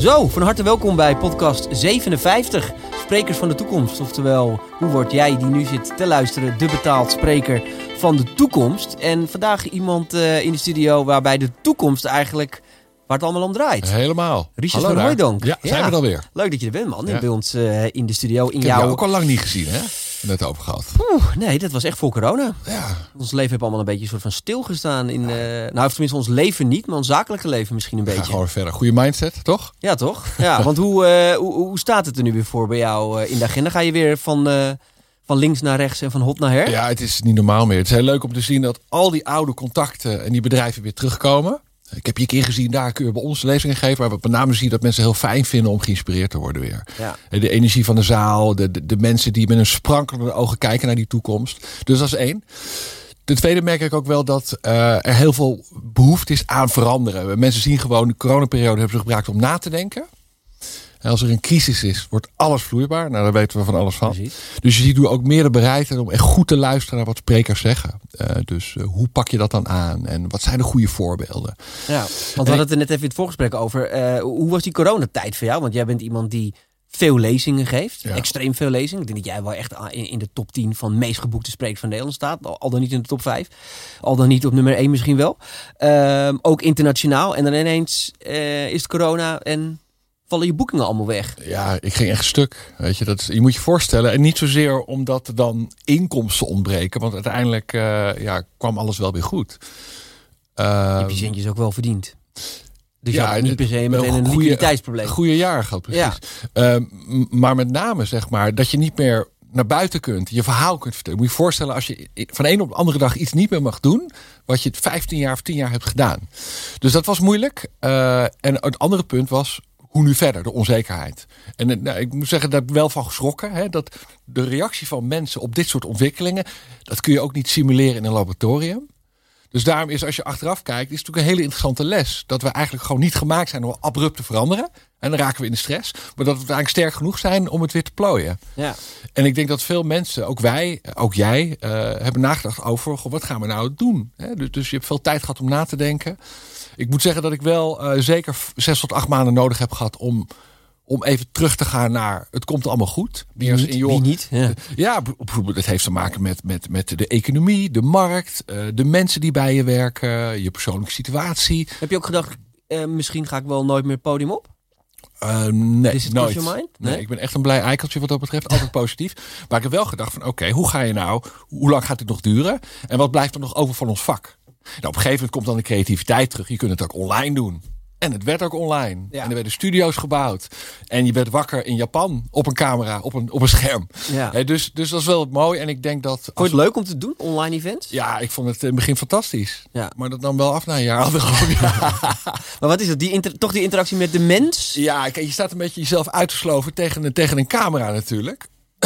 Zo, van harte welkom bij podcast 57, Sprekers van de Toekomst. Oftewel, hoe word jij die nu zit te luisteren, de betaald spreker van de toekomst? En vandaag iemand in de studio waarbij de toekomst eigenlijk, waar het allemaal om draait. Helemaal. Richard van Hooijdonk. Ja, zijn we alweer. Leuk dat je er bent, man. Ja. Bij ons in de studio. Ik heb jou ook al lang niet gezien, hè? Net over gehad. Nee, dat was echt voor corona. Ja. Ons leven heeft allemaal een beetje een soort van stilgestaan. Tenminste ons leven niet, maar ons zakelijke leven misschien een beetje. Ga gewoon verder. Goede mindset, toch? Ja, toch? Ja, want hoe staat het er nu weer voor bij jou in de agenda? Ga je weer van links naar rechts en van hot naar her? Ja, het is niet normaal meer. Het is heel leuk om te zien dat al die oude contacten en die bedrijven weer terugkomen. Ik heb je een keer gezien, daar kun je bij ons lezingen geven. Maar we met name zien dat mensen heel fijn vinden om geïnspireerd te worden weer. Ja. De energie van de zaal, de mensen die met een sprankelende ogen kijken naar die toekomst. Dus dat is één. Ten tweede merk ik ook wel dat er heel veel behoefte is aan veranderen. Mensen zien gewoon, de coronaperiode hebben ze gebruikt om na te denken. En als er een crisis is, wordt alles vloeibaar. Nou, daar weten we van alles van. Precies. Dus je ziet nu ook meer de bereidheid om echt goed te luisteren naar wat sprekers zeggen. Dus hoe pak je dat dan aan? En wat zijn de goede voorbeelden? Ja, want we hadden het er net even in het voorgesprek over. Hoe was die coronatijd voor jou? Want jij bent iemand die veel lezingen geeft. Ja. Extreem veel lezingen. Ik denk dat jij wel echt in de top 10 van meest geboekte sprekers van Nederland staat. Al dan niet in de top 5. Al dan niet op nummer 1 misschien wel. Ook internationaal. En dan ineens is het corona en vallen je boekingen allemaal weg. Ja, ik ging echt stuk. Weet je, je moet je voorstellen. En niet zozeer omdat er dan inkomsten ontbreken. Want uiteindelijk kwam alles wel weer goed. Je hebt je centjes ook wel verdiend. Dus ja, niet per se meteen een liquiditeitsprobleem. Goede jaar gehad, precies. Ja. Maar met name zeg maar dat je niet meer naar buiten kunt. Je verhaal kunt vertellen. Moet je je voorstellen als je van de een op de andere dag iets niet meer mag doen. Wat je het 15 jaar of 10 jaar hebt gedaan. Dus dat was moeilijk. En het andere punt was, hoe nu verder? De onzekerheid. En ik moet zeggen, daar heb ik wel van geschrokken. Hè, dat de reactie van mensen op dit soort ontwikkelingen, dat kun je ook niet simuleren in een laboratorium. Dus daarom is, als je achteraf kijkt, is het natuurlijk een hele interessante les. Dat we eigenlijk gewoon niet gemaakt zijn om abrupt te veranderen. En dan raken we in de stress. Maar dat we eigenlijk sterk genoeg zijn om het weer te plooien. Ja. En ik denk dat veel mensen, ook wij, ook jij, hebben nagedacht over, wat gaan we nou doen? Dus je hebt veel tijd gehad om na te denken. Ik moet zeggen dat ik wel zeker 6 tot 8 maanden nodig heb gehad om even terug te gaan naar het komt allemaal goed. Wie niet? Ja, het heeft te maken met de economie, de markt, de mensen die bij je werken, je persoonlijke situatie. Heb je ook gedacht, misschien ga ik wel nooit meer podium op? Nee, is het nooit. Nee, ik ben echt een blij eikeltje wat dat betreft. Altijd positief. Maar ik heb wel gedacht van oké, hoe lang gaat dit nog duren? En wat blijft er nog over van ons vak? Nou, op een gegeven moment komt dan de creativiteit terug. Je kunt het ook online doen. En het werd ook online. Ja. En er werden studio's gebouwd. En je werd wakker in Japan op een camera, op een scherm. Ja. Dus dat is wel mooi. En ik denk dat... Vond je het leuk om te doen, online events? Ja, ik vond het in het begin fantastisch. Ja. Maar dat nam wel af na een jaar. Maar wat is het? Toch die interactie met de mens? Ja, kijk, je staat een beetje jezelf uit te sloven tegen een camera natuurlijk.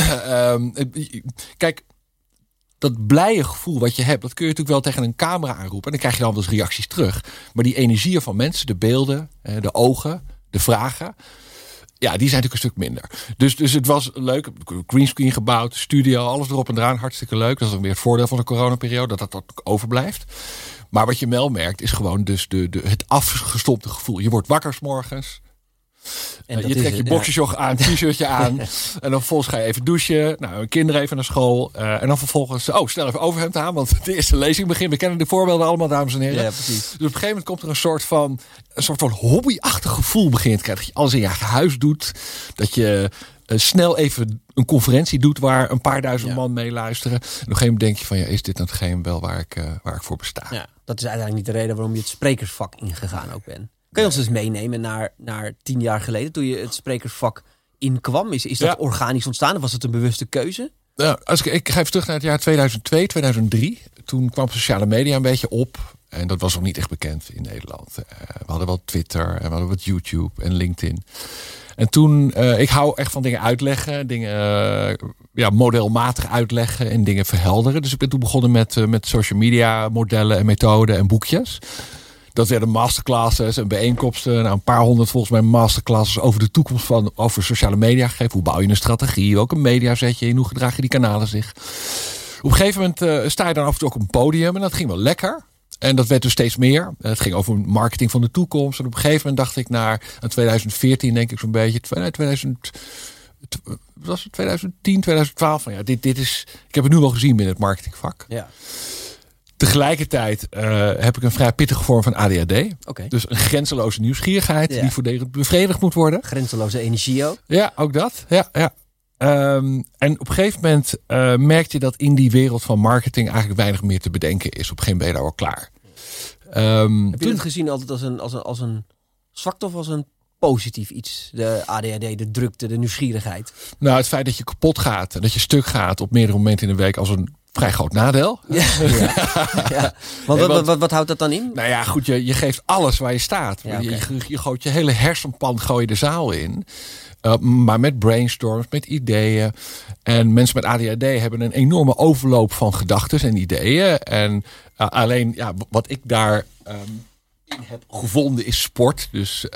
Kijk, dat blije gevoel wat je hebt, dat kun je natuurlijk wel tegen een camera aanroepen. En dan krijg je dan wel eens reacties terug. Maar die energieën van mensen, de beelden, de ogen, de vragen, ja, die zijn natuurlijk een stuk minder. Dus het was leuk. Greenscreen gebouwd, studio, alles erop en eraan. Hartstikke leuk. Dat is dan weer het voordeel van de coronaperiode, dat overblijft. Maar wat je wel merkt, is gewoon dus het afgestompte gevoel. Je wordt wakker 's morgens. En je trekt je boxershort aan, t-shirtje aan. En dan vervolgens ga je even douchen. Nou, kinderen even naar school. En dan vervolgens, snel even overhemd aan. Want de eerste lezing begint. We kennen de voorbeelden allemaal, dames en heren. Ja, precies. Dus op een gegeven moment komt er een soort van hobbyachtig gevoel begint te krijgen. Dat je alles in je huis doet. Dat je snel even een conferentie doet waar een paar duizend man mee luisteren. En op een gegeven moment denk je van, is dit nou hetgeen wel waar ik voor besta? Ja, dat is eigenlijk niet de reden waarom je het sprekersvak ingegaan ook bent. Kun je ons eens meenemen naar 10 jaar geleden, toen je het sprekersvak inkwam? Is dat organisch ontstaan of was het een bewuste keuze? Ja, ik ga even terug naar het jaar 2002, 2003. Toen kwam sociale media een beetje op. En dat was nog niet echt bekend in Nederland. We hadden wel Twitter en we hadden wat YouTube en LinkedIn. En toen, ik hou echt van dingen uitleggen. Dingen modelmatig uitleggen en dingen verhelderen. Dus ik ben toen begonnen met social media modellen en methoden en boekjes. Dat werden masterclasses en bijeenkomsten. Nou, een paar honderd volgens mij masterclasses over de toekomst over sociale media gegeven. Hoe bouw je een strategie? Welke media zet je in? Hoe gedragen die kanalen zich? Op een gegeven moment sta je dan af en toe ook op een podium. En dat ging wel lekker. En dat werd dus steeds meer. Het ging over marketing van de toekomst. En op een gegeven moment dacht ik aan 2014, denk ik zo'n beetje. 2010, 2012. Van, ja, dit is. Ik heb het nu al gezien binnen het marketingvak. Ja. Tegelijkertijd heb ik een vrij pittige vorm van ADHD. Okay. Dus een grenzeloze nieuwsgierigheid die voortdurend bevredigd moet worden. Grenzeloze energie ook. Ja, ook dat. Ja. En op een gegeven moment merkte je dat in die wereld van marketing eigenlijk weinig meer te bedenken is. Op een gegeven moment ben je daar wel klaar. Heb je het gezien altijd als een zwakte of als een positief iets? De ADHD, de drukte, de nieuwsgierigheid. Nou, het feit dat je kapot gaat en dat je stuk gaat op meerdere momenten in de week als een vrij groot nadeel. Ja. Wat houdt dat dan in? Nou ja, goed, je geeft alles waar je staat. Ja, okay. Je gooit je hele hersenpan gooi je de zaal in. Maar met brainstorms, met ideeën. En mensen met ADHD hebben een enorme overloop van gedachten en ideeën. En alleen wat ik daar in heb gevonden is sport. Dus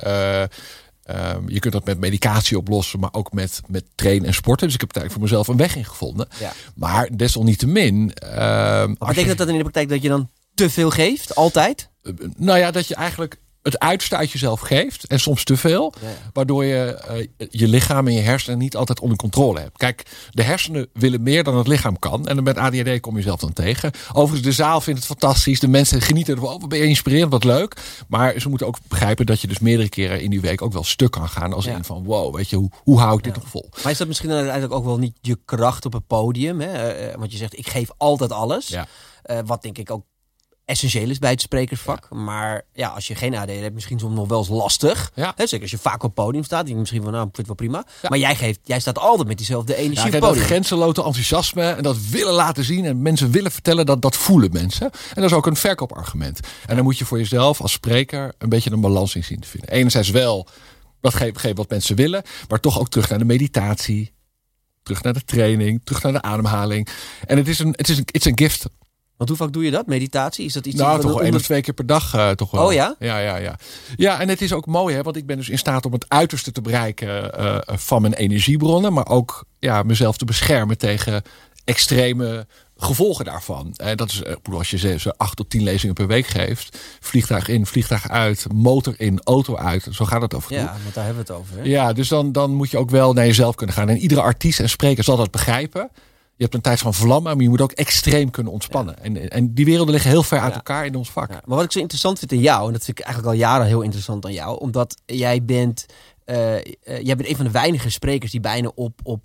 je kunt dat met medicatie oplossen, maar ook met trainen en sporten. Dus ik heb daar voor mezelf een weg in gevonden. Ja. Maar desalniettemin. Betekent dat in de praktijk dat je dan te veel geeft? Altijd? Nou ja, dat je eigenlijk het uiterste uit jezelf geeft. En soms te veel. Ja. Waardoor je je lichaam en je hersenen niet altijd onder controle hebt. Kijk, de hersenen willen meer dan het lichaam kan. En met ADHD kom je zelf dan tegen. Overigens, de zaal vindt het fantastisch. De mensen genieten ervan. Oh, wat ben je inspirerend, wat leuk. Maar ze moeten ook begrijpen dat je dus meerdere keren in die week ook wel stuk kan gaan. Als in van, wow, weet je, hoe hou ik dit nog vol? Maar is dat misschien uiteindelijk ook wel niet je kracht op het podium? Hè? Want je zegt, ik geef altijd alles. Ja. Wat denk ik ook essentieel is bij het sprekersvak. Ja. Maar ja, als je geen ADHD hebt, misschien soms nog wel eens lastig. Ja. Zeker als je vaak op het podium staat. Die misschien van, nou, ik vind het wel prima. Ja. Maar jij staat altijd met diezelfde energie op het podium. Dat grenzeloze enthousiasme en dat willen laten zien en mensen willen vertellen, dat voelen mensen. En dat is ook een verkoopargument. En dan moet je voor jezelf als spreker een beetje een balans in zien te vinden. Enerzijds wel, dat geeft wat mensen willen, maar toch ook terug naar de meditatie, terug naar de training, terug naar de ademhaling. En het is een gift. Want hoe vaak doe je dat? Meditatie? Is dat iets? Nou, toch 1 of 2 keer per dag toch wel. Oh ja? Ja. Ja, en het is ook mooi, hè, want ik ben dus in staat om het uiterste te bereiken van mijn energiebronnen, maar ook mezelf te beschermen tegen extreme gevolgen daarvan. En dat is, als je 8 tot 10 lezingen per week geeft, vliegtuig in, vliegtuig uit, motor in, auto uit, zo gaat het over. Ja, want daar hebben we het over. Hè? Ja, dus dan moet je ook wel naar jezelf kunnen gaan. En iedere artiest en spreker zal dat begrijpen. Je hebt een tijd van vlammen, maar je moet ook extreem kunnen ontspannen. Ja. En die werelden liggen heel ver uit elkaar in ons vak. Ja. Maar wat ik zo interessant vind in jou, en dat vind ik eigenlijk al jaren heel interessant aan jou, omdat jij bent een van de weinige sprekers die bijna op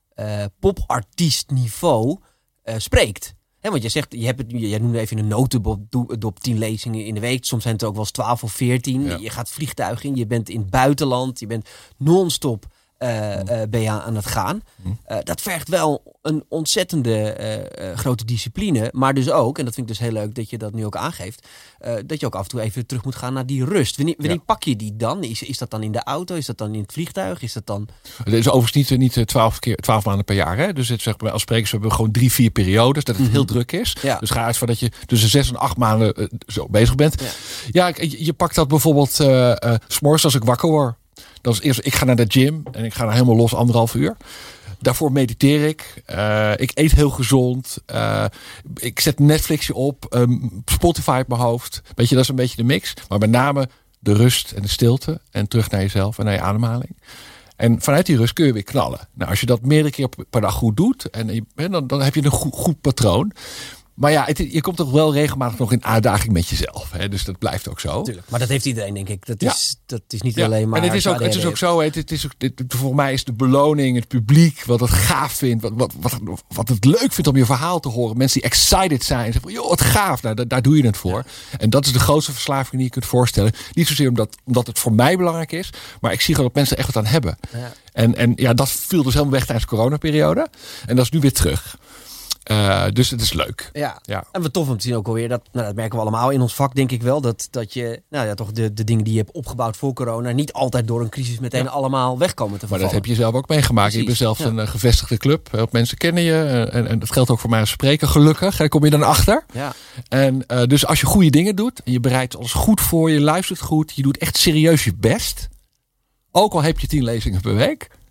popartiestniveau spreekt. He, want je zegt, jij noemde even een notendop 10 lezingen in de week. Soms zijn het ook wel eens 12 of 14. Ja. Je gaat vliegtuig in, je bent in het buitenland, je bent non-stop ben je aan het gaan. Dat vergt wel een ontzettende grote discipline. Maar dus ook, en dat vind ik dus heel leuk dat je dat nu ook aangeeft, dat je ook af en toe even terug moet gaan naar die rust. Wanneer pak je die dan? Is dat dan in de auto? Is dat dan in het vliegtuig? Is dat dan? Het is overigens niet 12 maanden per jaar. Hè? Dus het zegt als sprekers hebben we gewoon 3-4 periodes dat het heel druk is. Ja. Dus ga uit van dat je tussen 6 en 8 maanden zo bezig bent. Ja, je pakt dat bijvoorbeeld 's morgens als ik wakker word. Dat is eerst, ik ga naar de gym en ik ga daar helemaal los 1,5 uur. Daarvoor mediteer ik. Ik eet heel gezond. Ik zet Netflixje op. Spotify op mijn hoofd. Weet je, dat is een beetje de mix. Maar met name de rust en de stilte. En terug naar jezelf en naar je ademhaling. En vanuit die rust kun je weer knallen. Nou, als je dat meerdere keer per dag goed doet. Dan heb je een goed patroon. Maar ja, je komt toch wel regelmatig nog in uitdaging met jezelf. Hè? Dus dat blijft ook zo. Tuurlijk. Maar dat heeft iedereen, denk ik. Dat is niet alleen maar. En het is ook zo. Voor mij is de beloning, het publiek, wat het gaaf vindt. Wat het leuk vindt om je verhaal te horen. Mensen die excited zijn. Zeggen van, joh, wat gaaf. Nou, daar doe je het voor. Ja. En dat is de grootste verslaving die je kunt voorstellen. Niet zozeer omdat het voor mij belangrijk is. Maar ik zie gewoon dat mensen er echt wat aan hebben. Ja. En dat viel dus helemaal weg tijdens de coronaperiode. En dat is nu weer terug. Dus het is leuk. Ja. En wat tof om te zien ook alweer. Dat merken we allemaal in ons vak, denk ik wel. Dat je toch de dingen die je hebt opgebouwd voor corona niet altijd door een crisis meteen allemaal wegkomen te vallen. Maar dat heb je zelf ook meegemaakt. Precies. Je bent zelf een gevestigde club. Heel mensen kennen je. En dat geldt ook voor mij als spreker, gelukkig. Daar kom je dan achter. Ja. En dus als je goede dingen doet. En je bereidt alles goed voor. Je luistert goed. Je doet echt serieus je best. Ook al heb je 10 lezingen per week.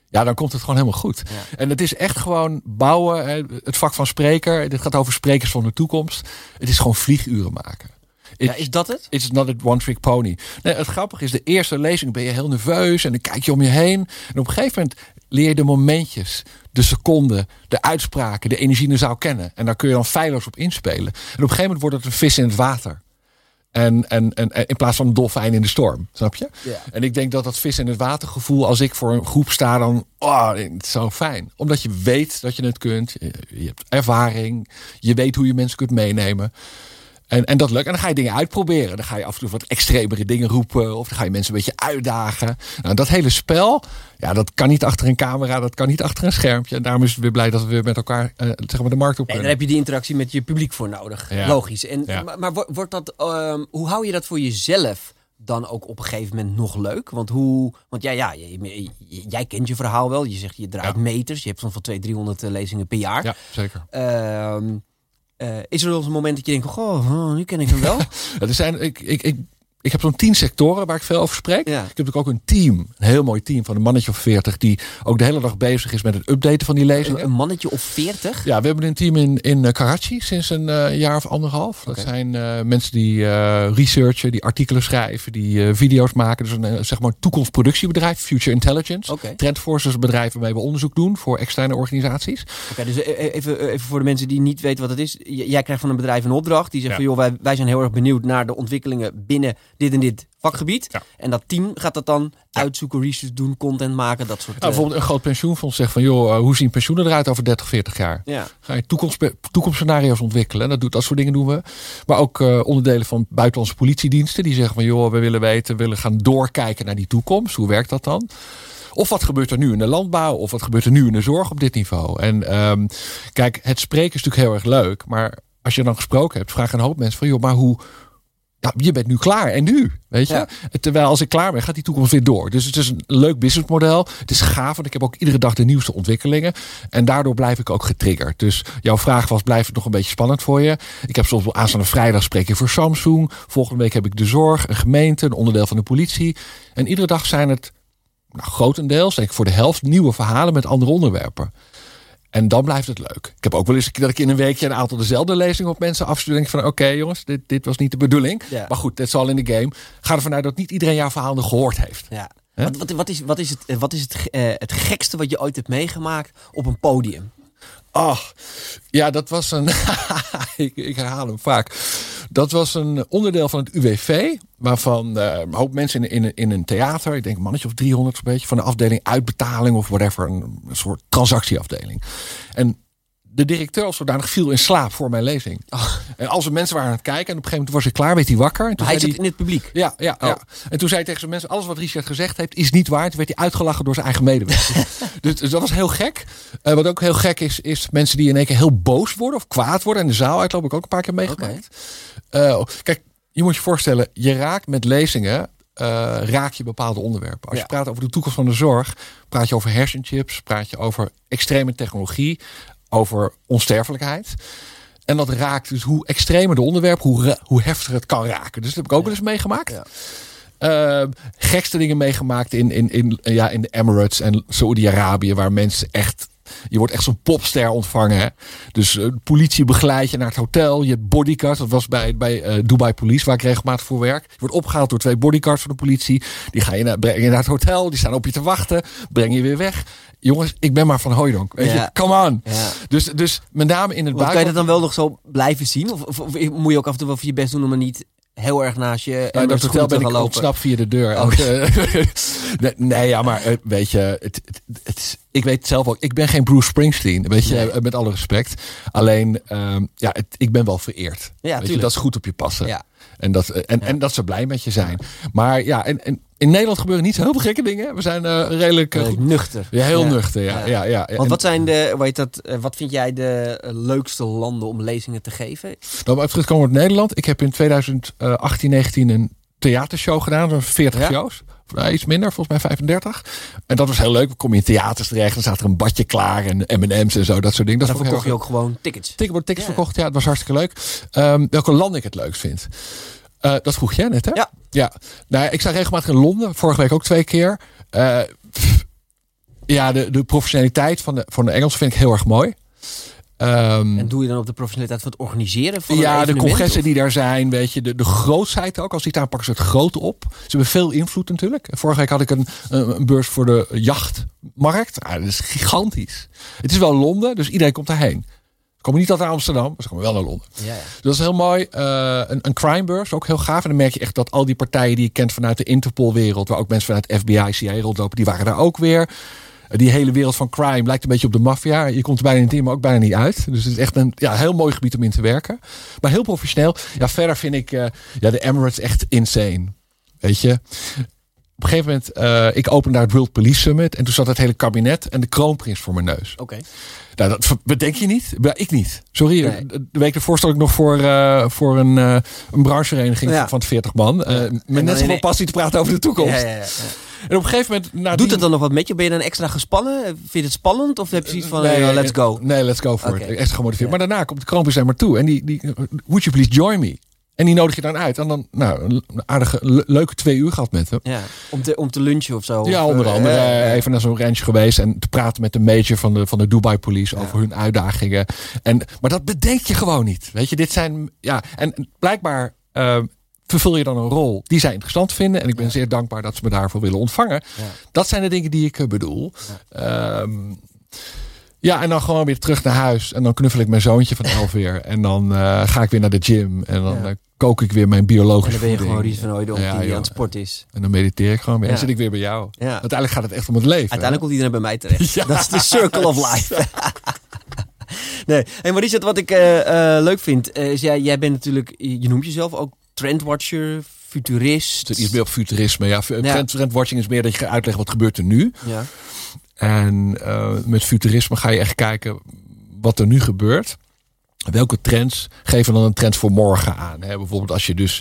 Ja, dan komt het gewoon helemaal goed. Ja. En het is echt gewoon bouwen. Het vak van spreker. Dit gaat over sprekers van de toekomst. Het is gewoon vlieguren maken. Is dat het? It's not a one-trick pony. Nee, het grappige is, de eerste lezing ben je heel nerveus. En dan kijk je om je heen. En op een gegeven moment leer je de momentjes, de seconden, de uitspraken, de energie in de zaal kennen. En daar kun je dan feilloos op inspelen. En op een gegeven moment wordt het een vis in het water. En in plaats van een dolfijn in de storm. Snap je? Ja. En ik denk dat vis in het water gevoel, als ik voor een groep sta, dan het is zo fijn. Omdat je weet dat je het kunt. Je hebt ervaring. Je weet hoe je mensen kunt meenemen. En dat lukt. En dan ga je dingen uitproberen. Dan ga je af en toe wat extremere dingen roepen. Of dan ga je mensen een beetje uitdagen. Nou, dat hele spel, ja, dat kan niet achter een camera. Dat kan niet achter een schermpje. En daarom is het weer blij dat we weer met elkaar zeg maar de markt op kunnen. Daar heb je die interactie met je publiek voor nodig. Ja. Logisch. En, ja. Maar wordt dat, hoe hou je dat voor jezelf dan ook op een gegeven moment nog leuk? Want jij kent je verhaal wel. Je zegt je draait meters. Je hebt soms van 200-300 lezingen per jaar. Ja, zeker. Is er wel eens een moment dat je denkt, nu ken ik hem wel? Ik heb zo'n 10 sectoren waar ik veel over spreek. Ja. Ik heb natuurlijk ook een team, een heel mooi team van een mannetje of 40... die ook de hele dag bezig is met het updaten van die lezingen. Een mannetje of 40? Ja, we hebben een team in Karachi sinds een jaar of anderhalf. Dat zijn mensen die researchen, die artikelen schrijven, die video's maken. Dus een zeg maar toekomstproductiebedrijf, Future Intelligence. Trendforce is een bedrijf waarmee we onderzoek doen voor externe organisaties. Dus even voor de mensen die niet weten wat het is. Jij krijgt van een bedrijf een opdracht. Die zegt van, joh, wij zijn heel erg benieuwd naar de ontwikkelingen binnen dit en dit vakgebied. Ja. En dat team gaat dat dan uitzoeken, research doen, content maken, dat soort... bijvoorbeeld een groot pensioenfonds zegt van, joh, hoe zien pensioenen eruit over 30, 40 jaar? Ja. Ga je toekomstscenario's ontwikkelen. Dat soort dingen doen we. Maar ook onderdelen van buitenlandse politiediensten. Die zeggen van, joh, we willen gaan doorkijken naar die toekomst. Hoe werkt dat dan? Of wat gebeurt er nu in de landbouw? Of wat gebeurt er nu in de zorg op dit niveau? En kijk, het spreken is natuurlijk heel erg leuk. Maar als je dan gesproken hebt, vragen een hoop mensen van, joh, maar hoe... Ja, je bent nu klaar. En nu? Weet je? Ja. Terwijl als ik klaar ben, gaat die toekomst weer door. Dus het is een leuk businessmodel. Het is gaaf, want ik heb ook iedere dag de nieuwste ontwikkelingen. En daardoor blijf ik ook getriggerd. Dus jouw vraag was, blijft het nog een beetje spannend voor je? Ik heb soms wel aanstaande vrijdag spreek ik voor Samsung. Volgende week heb ik de zorg, een gemeente, een onderdeel van de politie. En iedere dag zijn het grotendeels, denk ik voor de helft, nieuwe verhalen met andere onderwerpen. En dan blijft het leuk. Ik heb ook wel eens dat ik in een weekje een aantal dezelfde lezingen op mensen afstuur. Denk van oké, jongens, dit was niet de bedoeling. Ja. Maar goed, dat is al in de game. Ga ervan uit dat niet iedereen jouw verhaal nog gehoord heeft. Ja. Wat is het gekste wat je ooit hebt meegemaakt op een podium? Ja, dat was een... ik herhaal hem vaak. Dat was een onderdeel van het UWV. Waarvan een hoop mensen in een theater. Ik denk een mannetje of 300 zo'n beetje. Van de afdeling uitbetaling of whatever. Een soort transactieafdeling. En de directeur als zodanig viel in slaap voor mijn lezing. En als er mensen waren aan het kijken. En op een gegeven moment was hij klaar, werd hij wakker. En toen hij zat in het publiek? Ja. En toen zei hij tegen zijn mensen, alles wat Richard gezegd heeft is niet waar. Toen werd hij uitgelachen door zijn eigen medewerkers. Dus dat was heel gek. Wat ook heel gek is mensen die in één keer heel boos worden. Of kwaad worden. En de zaal uitloop ik ook een paar keer meegemaakt. Kijk, je moet je voorstellen. Je raakt met lezingen... raak je bepaalde onderwerpen. Als je praat over de toekomst van de zorg... praat je over hersenchips. Praat je over extreme technologie... over onsterfelijkheid. En dat raakt dus hoe extremer de onderwerp, hoe heftiger het kan raken. Dus dat heb ik ook wel eens meegemaakt. Ja. Gekste dingen meegemaakt in de Emirates en Saoedi-Arabië, waar mensen echt... Je wordt echt zo'n popster ontvangen. Hè? Dus politie begeleidt je naar het hotel. Je hebt bodyguards. Dat was bij Dubai Police, waar ik regelmatig voor werk. Je wordt opgehaald door 2 bodyguards van de politie. Die ga je brengen naar het hotel. Die staan op je te wachten. Breng je weer weg. Jongens, ik ben maar van Hooijdonk. Weet je, come on. Ja. Dus met name in het buitenland... Kan je dat dan wel nog zo blijven zien? Of moet je ook af en toe wel voor je best doen om er niet... heel erg naast je en dat hotel ben ik ontsnap via de deur. Maar weet je, ik weet zelf ook, ik ben geen Bruce Springsteen, weet je, met alle respect. Alleen, ik ben wel vereerd. Ja, weet je, dat is goed op je passen. Ja. En dat ze blij met je zijn. Maar ja, en in Nederland gebeuren niet zo heel veel gekke dingen. We zijn redelijk nuchter. Ja, heel nuchter. Ja. Want wat vind jij de leukste landen om lezingen te geven? Nou, even terugkomen op Nederland. Ik heb in 2018, 19 een theatershow gedaan. Zo'n 40 shows. Iets minder, volgens mij 35. En dat was heel leuk. We komen in theaters terecht. Dan staat er een badje klaar en M&M's en zo. Dat soort dingen. Dan verkocht je ook gewoon tickets. Tickets verkocht, ja. Het was hartstikke leuk. Welke land ik het leukst vind? Dat vroeg jij net, hè? Ja. Nou, ik sta regelmatig in Londen. Vorige week ook 2 keer. Ja, de professionaliteit van de Engelsen vind ik heel erg mooi. En doe je dan op de professionaliteit van het organiseren van een de congressen die daar zijn, weet je, de grootsheid ook. Als die daar pakken ze het groot op. Ze hebben veel invloed natuurlijk. Vorige week had ik een beurs voor de jachtmarkt. Dat is gigantisch. Het is wel Londen, dus iedereen komt daarheen. Ze komen niet altijd naar Amsterdam, maar ze komen wel naar Londen. Ja. Dus dat is heel mooi. Een crimebeurs, ook heel gaaf. En dan merk je echt dat al die partijen die je kent vanuit de Interpol-wereld, waar ook mensen vanuit FBI, CIA rondlopen, die waren daar ook weer. Die hele wereld van crime lijkt een beetje op de maffia. Je komt er bijna niet in, maar ook bijna niet uit. Dus het is echt een heel mooi gebied om in te werken. Maar heel professioneel. Ja, verder vind ik de Emirates echt insane. Weet je. Op een gegeven moment, ik opende daar het World Police Summit. En toen zat het hele kabinet en de kroonprins voor mijn neus. Oké. Nou, dat bedenk je niet. Ik niet. Sorry. Nee. De week ervoor stond ik nog voor een branchevereniging van 40 man. Met net zoveel passie te praten over de toekomst. Ja. En op een gegeven moment... Doet het dan nog wat met je? Ben je dan extra gespannen? Vind je het spannend? Of heb je zoiets van, let's go? Nee, let's go for it. Extra gemotiveerd. Ja. Maar daarna komt de kroonprins naar me toe. En die would you please join me? En die nodig je dan uit. En dan een aardige, leuke 2 uur gehad met hem. Ja, om te lunchen of zo? Ja, onder andere. Even naar zo'n ranch geweest. En te praten met de major van de Dubai Police over hun uitdagingen. Maar dat bedenk je gewoon niet. Weet je, dit zijn... Ja, en blijkbaar... vervul je dan een rol die zij interessant vinden. En ik ben zeer dankbaar dat ze me daarvoor willen ontvangen. Ja. Dat zijn de dingen die ik bedoel. Ja. En dan gewoon weer terug naar huis. En dan knuffel ik mijn zoontje van 11 weer. En dan ga ik weer naar de gym. En dan kook ik weer mijn biologische voeding. En dan ben je gewoon Ries van Hooijdonk die aan het sport is. En dan mediteer ik gewoon weer. En dan zit ik weer bij jou. Ja. Uiteindelijk gaat het echt om het leven. Uiteindelijk komt iedereen bij mij terecht. Ja. Dat is de circle of life. Nee. Hey, maar Richard, wat ik leuk vind. Is jij bent natuurlijk... Je noemt jezelf ook trendwatcher, futurist. Iets meer op futurisme. Ja. Trendwatching is meer dat je gaat uitleggen wat gebeurt er nu. Ja. En met futurisme ga je echt kijken wat er nu gebeurt. Welke trends geven dan een trend voor morgen aan? Hè? Bijvoorbeeld als je dus...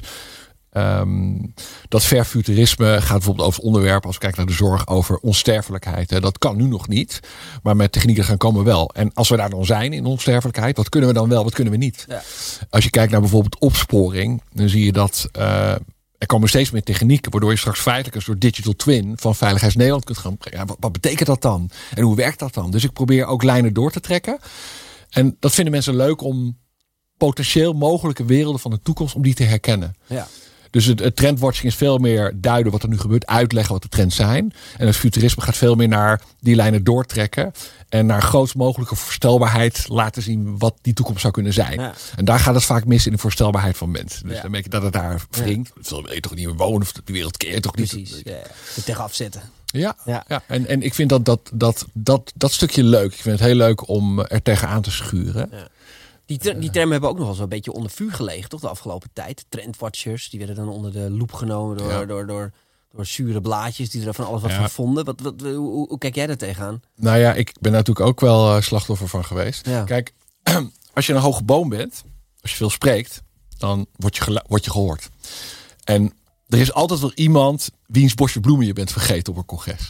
dat verfuturisme gaat bijvoorbeeld over het onderwerp, als we kijken naar de zorg, over onsterfelijkheid. Hè. Dat kan nu nog niet, maar met technieken gaan komen wel. En als we daar dan zijn in onsterfelijkheid, wat kunnen we dan wel, wat kunnen we niet? Ja. Als je kijkt naar bijvoorbeeld opsporing, dan zie je dat er komen steeds meer technieken, waardoor je straks feitelijk een soort digital twin van Veiligheids Nederland kunt gaan brengen. Ja, wat betekent dat dan? En hoe werkt dat dan? Dus ik probeer ook lijnen door te trekken. En dat vinden mensen leuk om potentieel mogelijke werelden van de toekomst, om die te herkennen. Ja. Dus het trendwatching is veel meer duiden wat er nu gebeurt, uitleggen wat de trends zijn. En het futurisme gaat veel meer naar die lijnen doortrekken en naar grootst mogelijke voorstelbaarheid laten zien wat die toekomst zou kunnen zijn. Ja. En daar gaat het vaak mis in de voorstelbaarheid van mensen. Dus dan merk je dat het daar wringt. Wil je toch niet meer wonen of die wereld keert toch niet? Precies, het tegen afzetten. Ja. En ik vind dat stukje leuk. Ik vind het heel leuk om er tegenaan te schuren. Ja. Die termen hebben ook nog wel zo'n beetje onder vuur gelegen, toch, de afgelopen tijd. Trendwatchers, die werden dan onder de loep genomen door zure blaadjes die er van alles wat van vonden. Hoe kijk jij daar tegenaan? Nou ja, ik ben natuurlijk ook wel slachtoffer van geweest. Ja. Kijk, als je een hoge boom bent, als je veel spreekt, dan word je gehoord. En er is altijd wel iemand wiens bosje bloemen je bent vergeten op een congres.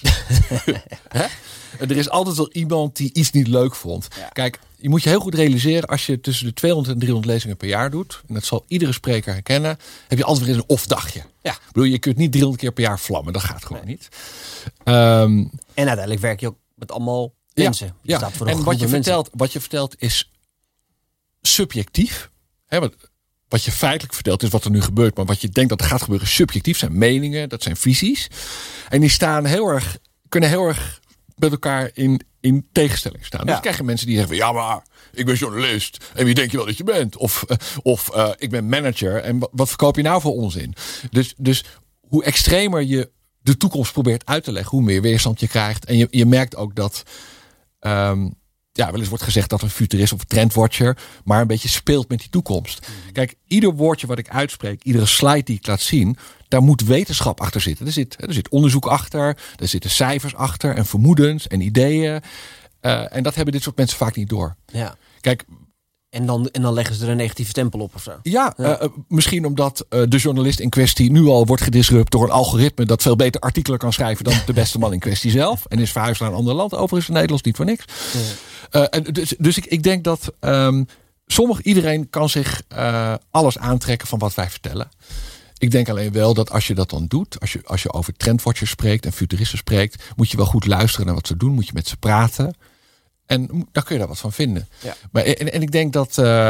Er is altijd wel iemand die iets niet leuk vond. Ja. Kijk, je moet je heel goed realiseren, als je tussen de 200 en 300 lezingen per jaar doet, en dat zal iedere spreker herkennen, heb je altijd weer eens een off-dagje. Ja. Ik bedoel, je kunt niet 300 keer per jaar vlammen. Dat gaat gewoon niet. En uiteindelijk werk je ook met allemaal mensen. Je staat voor en wat je vertelt is subjectief. Hè, wat je feitelijk vertelt is wat er nu gebeurt. Maar wat je denkt dat er gaat gebeuren is subjectief. Zijn meningen, dat zijn visies. En die kunnen heel erg met elkaar in tegenstelling staan. Dus krijg je mensen die zeggen van, ja, maar ik ben journalist. En wie denk je wel dat je bent? Of ik ben manager. En wat verkoop je nou voor onzin? Dus hoe extremer je de toekomst probeert uit te leggen, hoe meer weerstand je krijgt. En je merkt ook dat wel eens wordt gezegd dat een futurist of een trendwatcher maar een beetje speelt met die toekomst. Kijk, ieder woordje wat ik uitspreek, iedere slide die ik laat zien, daar moet wetenschap achter zitten. Er zit onderzoek achter, er zitten cijfers achter en vermoedens en ideeën. En dat hebben dit soort mensen vaak niet door. Ja. Kijk, en dan leggen ze er een negatieve stempel op of zo. Ja. Misschien omdat de journalist in kwestie nu al wordt gedisrupt door een algoritme dat veel beter artikelen kan schrijven dan de beste man in kwestie zelf. En is verhuisd naar een ander land. Overigens Nederlands niet voor niks. Ja. Dus ik denk dat iedereen kan zich alles aantrekken van wat wij vertellen. Ik denk alleen wel dat als je dat dan doet, als je over trendwatchers spreekt en futuristen spreekt, moet je wel goed luisteren naar wat ze doen. Moet je met ze praten. En dan kun je daar wat van vinden. Ja. Maar, en ik denk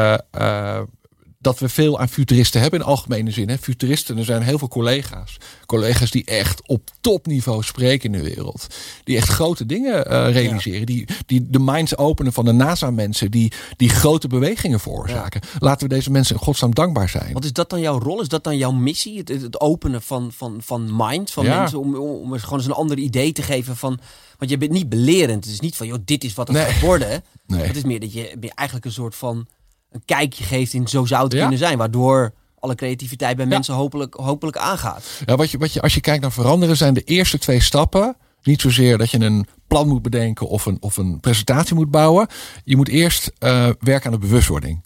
dat we veel aan futuristen hebben in algemene zin. Hè. Futuristen, er zijn heel veel collega's die echt op topniveau spreken in de wereld. Die echt grote dingen realiseren. Die de minds openen van de NASA-mensen. Die grote bewegingen veroorzaken. Ja. Laten we deze mensen in godsnaam dankbaar zijn. Wat is dat dan jouw rol? Is dat dan jouw missie? Het openen van minds van mensen om gewoon eens een ander idee te geven van... Want je bent niet belerend. Het is niet van, joh, dit is wat het gaat worden. Nee. Het is meer dat je eigenlijk een soort van een kijkje geeft in zo zou het kunnen zijn. Waardoor alle creativiteit bij mensen hopelijk aangaat. Ja, als je kijkt naar veranderen, zijn de eerste 2 stappen niet zozeer dat je een plan moet bedenken of een presentatie moet bouwen. Je moet eerst werken aan de bewustwording.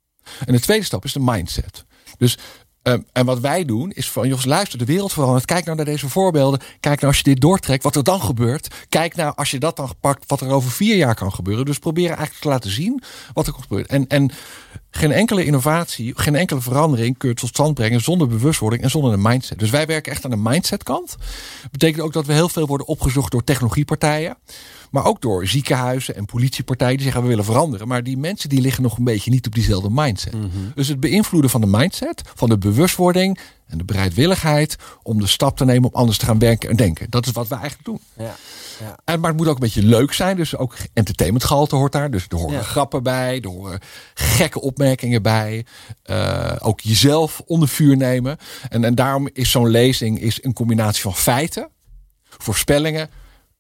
En de tweede stap is de mindset. Dus en wat wij doen is van, jongens, luister, de wereld verandert. Kijk nou naar deze voorbeelden. Kijk nou als je dit doortrekt, wat er dan gebeurt. Kijk nou als je dat dan pakt, wat er over 4 jaar kan gebeuren. Dus proberen eigenlijk te laten zien wat er gebeurt. En geen enkele innovatie, geen enkele verandering kun je tot stand brengen zonder bewustwording en zonder een mindset. Dus wij werken echt aan de mindset kant. Dat betekent ook dat we heel veel worden opgezocht door technologiepartijen. Maar ook door ziekenhuizen en politiepartijen die zeggen we willen veranderen. Maar die mensen die liggen nog een beetje niet op diezelfde mindset. Mm-hmm. Dus het beïnvloeden van de mindset, van de bewustwording en de bereidwilligheid om de stap te nemen om anders te gaan werken en denken. Dat is wat we eigenlijk doen. Ja. Ja. Maar het moet ook een beetje leuk zijn. Dus ook entertainmentgehalte hoort daar. Dus er horen grappen bij. Er horen gekke opmerkingen bij. Ook jezelf onder vuur nemen. En daarom is zo'n lezing een combinatie van feiten, voorspellingen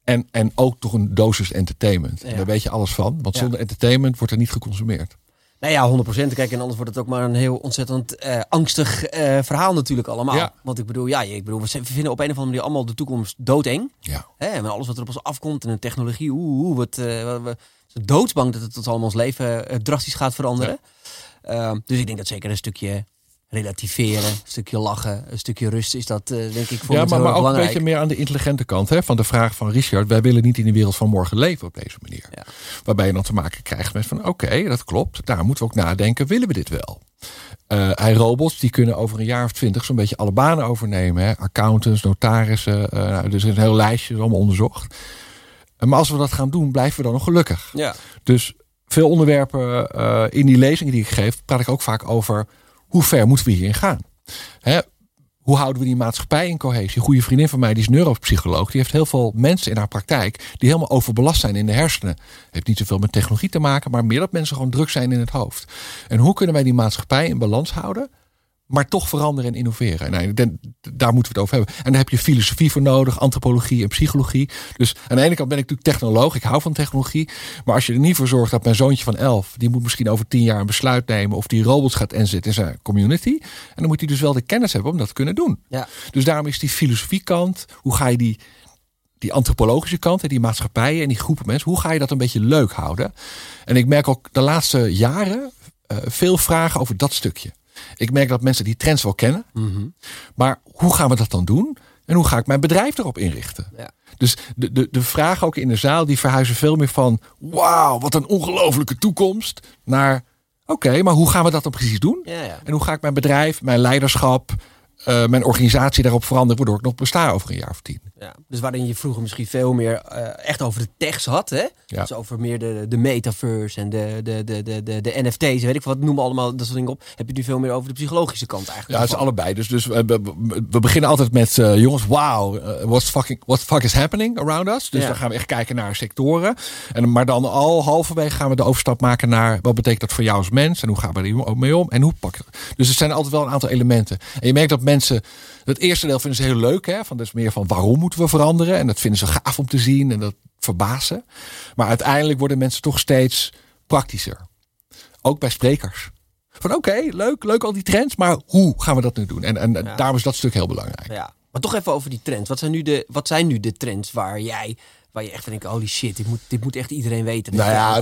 en ook toch een dosis entertainment. Ja. Daar weet je alles van. Want zonder entertainment wordt er niet geconsumeerd. Nou ja, 100%. Kijk, en anders wordt het ook maar een heel ontzettend angstig verhaal natuurlijk allemaal. Ja. Want ik bedoel, we vinden op een of andere manier allemaal de toekomst doodeng. Ja. En alles wat er op ons afkomt en de technologie, we zijn doodsbang dat het tot allemaal ons leven drastisch gaat veranderen. Ja. Dus ik denk dat zeker een stukje relativeren, een stukje lachen, een stukje rust is dat denk ik voor ons heel maar ook belangrijk. Een beetje meer aan de intelligente kant van de vraag van Richard. Wij willen niet in de wereld van morgen leven op deze manier. Ja. Waarbij je dan te maken krijgt met van oké, dat klopt. Daar moeten we ook nadenken, willen we dit wel? Robots die kunnen over een jaar of 20 zo'n beetje alle banen overnemen. Hè? Accountants, notarissen, er is een heel lijstje, allemaal onderzocht. Maar als we dat gaan doen, blijven we dan nog gelukkig. Ja. Dus veel onderwerpen in die lezingen die ik geef, praat ik ook vaak over hoe ver moeten we hierin gaan? Hoe houden we die maatschappij in cohesie? Een goede vriendin van mij, die is neuropsycholoog. Die heeft heel veel mensen in haar praktijk die helemaal overbelast zijn in de hersenen. Heeft niet zoveel met technologie te maken, maar meer dat mensen gewoon druk zijn in het hoofd. En hoe kunnen wij die maatschappij in balans houden, maar toch veranderen en innoveren? Nou, daar moeten we het over hebben. En daar heb je filosofie voor nodig, antropologie en psychologie. Dus aan de ene kant ben ik natuurlijk technoloog, ik hou van technologie. Maar als je er niet voor zorgt dat mijn zoontje van 11... die moet misschien over 10 jaar een besluit nemen of die robots gaat inzetten in zijn community. En dan moet hij dus wel de kennis hebben om dat te kunnen doen. Ja. Dus daarom is die filosofiekant, hoe ga je die antropologische kant, die maatschappijen en die groepen mensen, hoe ga je dat een beetje leuk houden? En ik merk ook de laatste jaren veel vragen over dat stukje. Ik merk dat mensen die trends wel kennen. Mm-hmm. Maar hoe gaan we dat dan doen? En hoe ga ik mijn bedrijf erop inrichten? Ja. Dus de vragen ook in de zaal, die verhuizen veel meer van wauw, wat een ongelofelijke toekomst, naar oké, maar hoe gaan we dat dan precies doen? Ja, ja. En hoe ga ik mijn bedrijf, mijn leiderschap, mijn organisatie daarop veranderen, waardoor ik nog besta over een jaar of 10. Ja, dus waarin je vroeger misschien veel meer echt over de techs had, hè? Ja. Dus over meer de metaverse en de NFT's, weet ik wat, noemen allemaal dat soort dingen op. Heb je nu veel meer over de psychologische kant eigenlijk? Ja, het is allebei. Dus we beginnen altijd met jongens, wauw, what the fuck is happening around us? Dus dan gaan we echt kijken naar sectoren. Maar dan al halverwege gaan we de overstap maken naar wat betekent dat voor jou als mens en hoe gaan we er mee om en hoe pakken we. Dus er zijn altijd wel een aantal elementen. En je merkt dat mensen, het eerste deel vinden ze heel leuk, hè? Dat is meer van waarom moeten we veranderen? En dat vinden ze gaaf om te zien en dat verbazen. Maar uiteindelijk worden mensen toch steeds praktischer. Ook bij sprekers. Van oké, leuk al die trends, maar hoe gaan we dat nu doen? En daarom is dat stuk heel belangrijk. Ja. Maar toch even over die trends. Wat zijn nu de trends waar je echt denkt, holy shit, dit moet echt iedereen weten. Nou ja,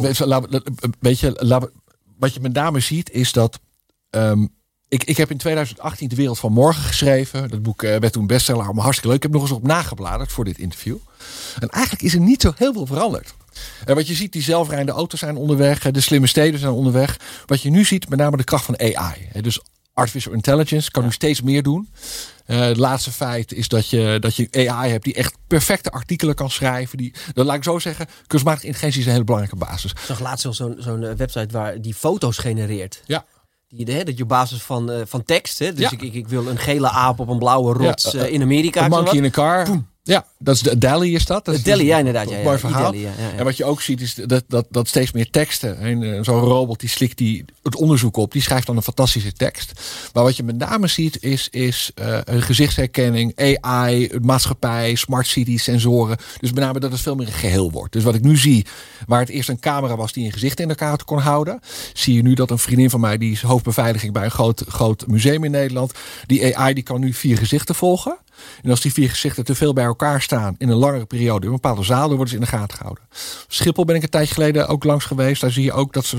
wat je met name ziet is dat Ik heb in 2018 De Wereld van Morgen geschreven. Dat boek werd toen bestseller, allemaal hartstikke leuk. Ik heb nog eens op nagebladerd voor dit interview. En eigenlijk is er niet zo heel veel veranderd. En wat je ziet, die zelfrijdende auto's zijn onderweg. De slimme steden zijn onderweg. Wat je nu ziet, met name de kracht van AI. Dus artificial intelligence kan nu steeds meer doen. Het laatste feit is dat je AI hebt die echt perfecte artikelen kan schrijven. Dat laat ik zo zeggen, kunstmatige intelligentie is een hele belangrijke basis. Ik zag laatst zo'n website waar die foto's genereert. Ja. Dat je op basis van tekst. Hè? Dus ik wil een gele aap op een blauwe rots in Amerika. Een monkey in a car. Boom. Ja, dat is de DALL-E is dat. De DALL-E, ja, inderdaad. Ja, mooi verhaal. DALL-E, ja. En wat je ook ziet is dat steeds meer teksten. En zo'n robot die slikt het onderzoek op. Die schrijft dan een fantastische tekst. Maar wat je met name ziet is een gezichtsherkenning, AI, maatschappij, smart cities, sensoren. Dus met name dat het veel meer een geheel wordt. Dus wat ik nu zie, waar het eerst een camera was die een gezicht in elkaar kon houden, zie je nu dat een vriendin van mij, die is hoofdbeveiliging bij een groot museum in Nederland. Die AI die kan nu 4 gezichten volgen. En als die 4 gezichten te veel bij elkaar staan in een langere periode in een bepaalde zaal, dan worden ze in de gaten gehouden. Schiphol ben ik een tijdje geleden ook langs geweest. Daar zie je ook dat ze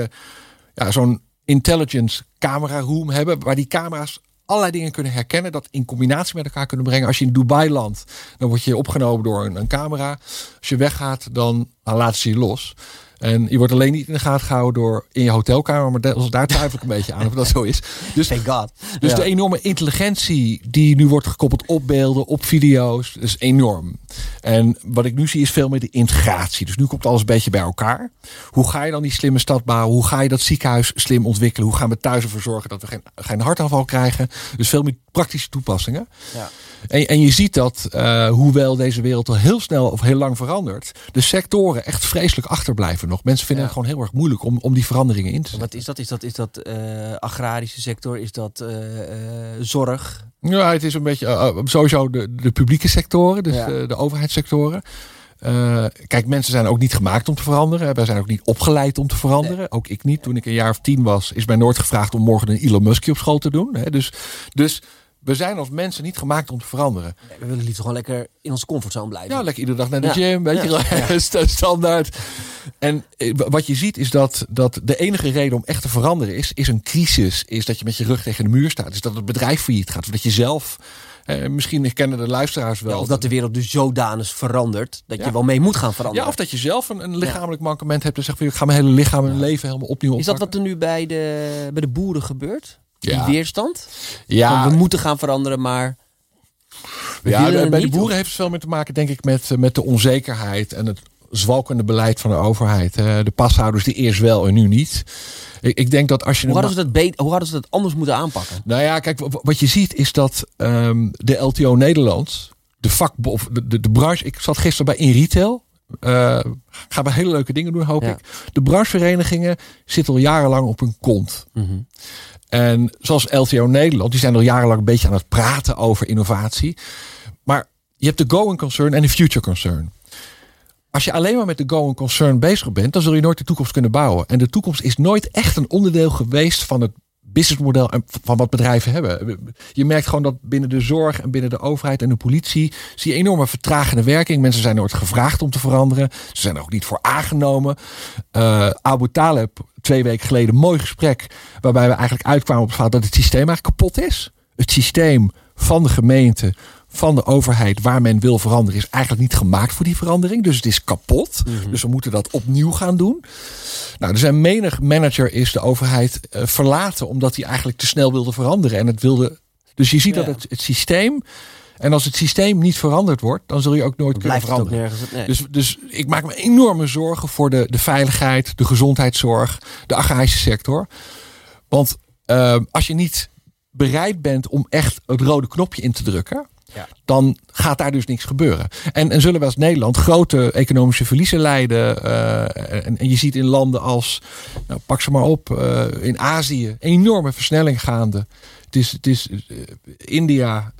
zo'n intelligence camera room hebben, waar die camera's allerlei dingen kunnen herkennen, dat in combinatie met elkaar kunnen brengen. Als je in Dubai landt, dan word je opgenomen door een camera. Als je weggaat, dan laten ze je los. En je wordt alleen niet in de gaten gehouden door in je hotelkamer. Maar daar twijfel ik een beetje aan of dat zo is. Dus, thank God. Dus de enorme intelligentie die nu wordt gekoppeld op beelden, op video's, is enorm. En wat ik nu zie is veel meer de integratie. Dus nu komt alles een beetje bij elkaar. Hoe ga je dan die slimme stad bouwen? Hoe ga je dat ziekenhuis slim ontwikkelen? Hoe gaan we thuis ervoor zorgen dat we geen hartaanval krijgen? Dus veel meer praktische toepassingen. Ja. En je ziet dat, hoewel deze wereld al heel snel of heel lang verandert, de sectoren echt vreselijk achterblijven nog. Mensen vinden het gewoon heel erg moeilijk om die veranderingen in te zetten. Wat is dat? Is dat agrarische sector? Is dat zorg? Ja, het is een beetje sowieso de publieke sectoren, dus de overheidssectoren. Kijk, mensen zijn ook niet gemaakt om te veranderen. Wij zijn ook niet opgeleid om te veranderen. Nee. Ook ik niet. Toen ik een jaar of 10 was, is mij nooit gevraagd om morgen een Elon Musk op school te doen. Dus we zijn als mensen niet gemaakt om te veranderen. Nee, we willen liefst gewoon lekker in onze comfortzone blijven. Ja, lekker iedere dag naar de gym. Weet je, standaard. En wat je ziet is dat de enige reden om echt te veranderen is een crisis. Is dat je met je rug tegen de muur staat. Is dat het bedrijf failliet gaat. Of dat je zelf, misschien herkennen de luisteraars wel. Ja, of dat de wereld dus zodanig verandert dat je wel mee moet gaan veranderen. Ja, of dat je zelf een lichamelijk mankement hebt. En zegt, ik ga mijn hele lichaam en leven helemaal opnieuw oppakken. Is dat wat er nu bij de boeren gebeurt? Die weerstand? Ja. We moeten gaan veranderen, maar bij de boeren heeft het veel meer te maken, denk ik, met de onzekerheid en het zwalkende beleid van de overheid. De pashouders die eerst wel en nu niet. Ik denk dat als je hoe hadden ze dat anders moeten aanpakken? Nou ja, kijk, wat je ziet is dat de LTO Nederland, de branche. Ik zat gisteren bij In Retail. Gaan we hele leuke dingen doen, hoop ik. De brancheverenigingen zitten al jarenlang op hun kont. Mm-hmm. En zoals LTO Nederland, die zijn al jarenlang een beetje aan het praten over innovatie. Maar je hebt de going concern en de future concern. Als je alleen maar met de going concern bezig bent, dan zul je nooit de toekomst kunnen bouwen. En de toekomst is nooit echt een onderdeel geweest van het businessmodel en van wat bedrijven hebben. Je merkt gewoon dat binnen de zorg en binnen de overheid en de politie zie je enorme vertragende werking. Mensen zijn nooit gevraagd om te veranderen. Ze zijn er ook niet voor aangenomen. Abu Taleb, 2 weken geleden, een mooi gesprek waarbij we eigenlijk uitkwamen op het feit dat het systeem eigenlijk kapot is. Het systeem van de gemeente, van de overheid waar men wil veranderen is eigenlijk niet gemaakt voor die verandering. Dus het is kapot. Mm-hmm. Dus we moeten dat opnieuw gaan doen. Nou, er zijn menig manager is de overheid verlaten omdat hij eigenlijk te snel wilde veranderen. En het wilde. Dus je ziet dat het systeem. En als het systeem niet veranderd wordt, dan zul je ook nooit kunnen veranderen. Dus ik maak me enorme zorgen voor de veiligheid, de gezondheidszorg, de agrarische sector. Want als je niet bereid bent om echt het rode knopje in te drukken, dan gaat daar dus niks gebeuren. En zullen we als Nederland grote economische verliezen lijden. En je ziet in landen als, pak ze maar op, in Azië, enorme versnelling gaande. Het is India,